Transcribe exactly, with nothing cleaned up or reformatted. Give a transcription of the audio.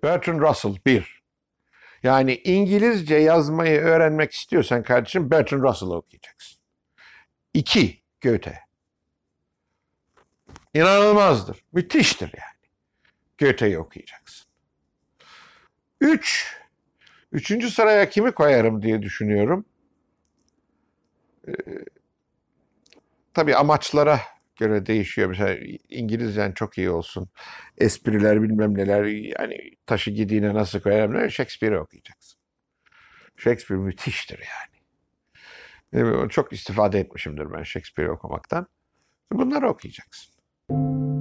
Bertrand Russell bir. Yani İngilizce yazmayı öğrenmek istiyorsan kardeşim Bertrand Russell'ı okuyacaksın. İki, Goethe. İnanılmazdır. Müthiştir yani. Goethe'yi okuyacaksın. Üç, üçüncü sıraya kimi koyarım diye düşünüyorum. Ee, tabii amaçlara göre değişiyor. Mesela İngilizcen çok iyi olsun. Espriler bilmem neler. Yani taşı gidiğine nasıl koyarım? Shakespeare'i okuyacaksın. Shakespeare müthiştir yani. Çok istifade etmişimdir ben Shakespeare okumaktan. Bunları okuyacaksın.